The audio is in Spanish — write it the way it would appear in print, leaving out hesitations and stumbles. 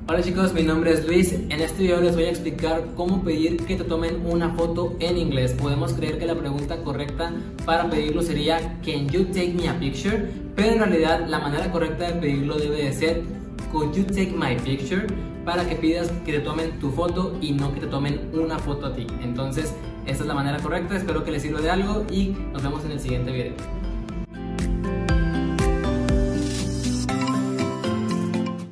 Hola chicos, mi nombre es Luis. En este video les voy a explicar cómo pedir que te tomen una foto en inglés. Podemos creer que la pregunta correcta para pedirlo sería "Can you take me a picture?", pero en realidad la manera correcta de pedirlo debe de ser "Could you take my picture?", para que pidas que te tomen tu foto y no que te tomen una foto a ti. Entonces esta es la manera correcta, espero que les sirva de algo y nos vemos en el siguiente video.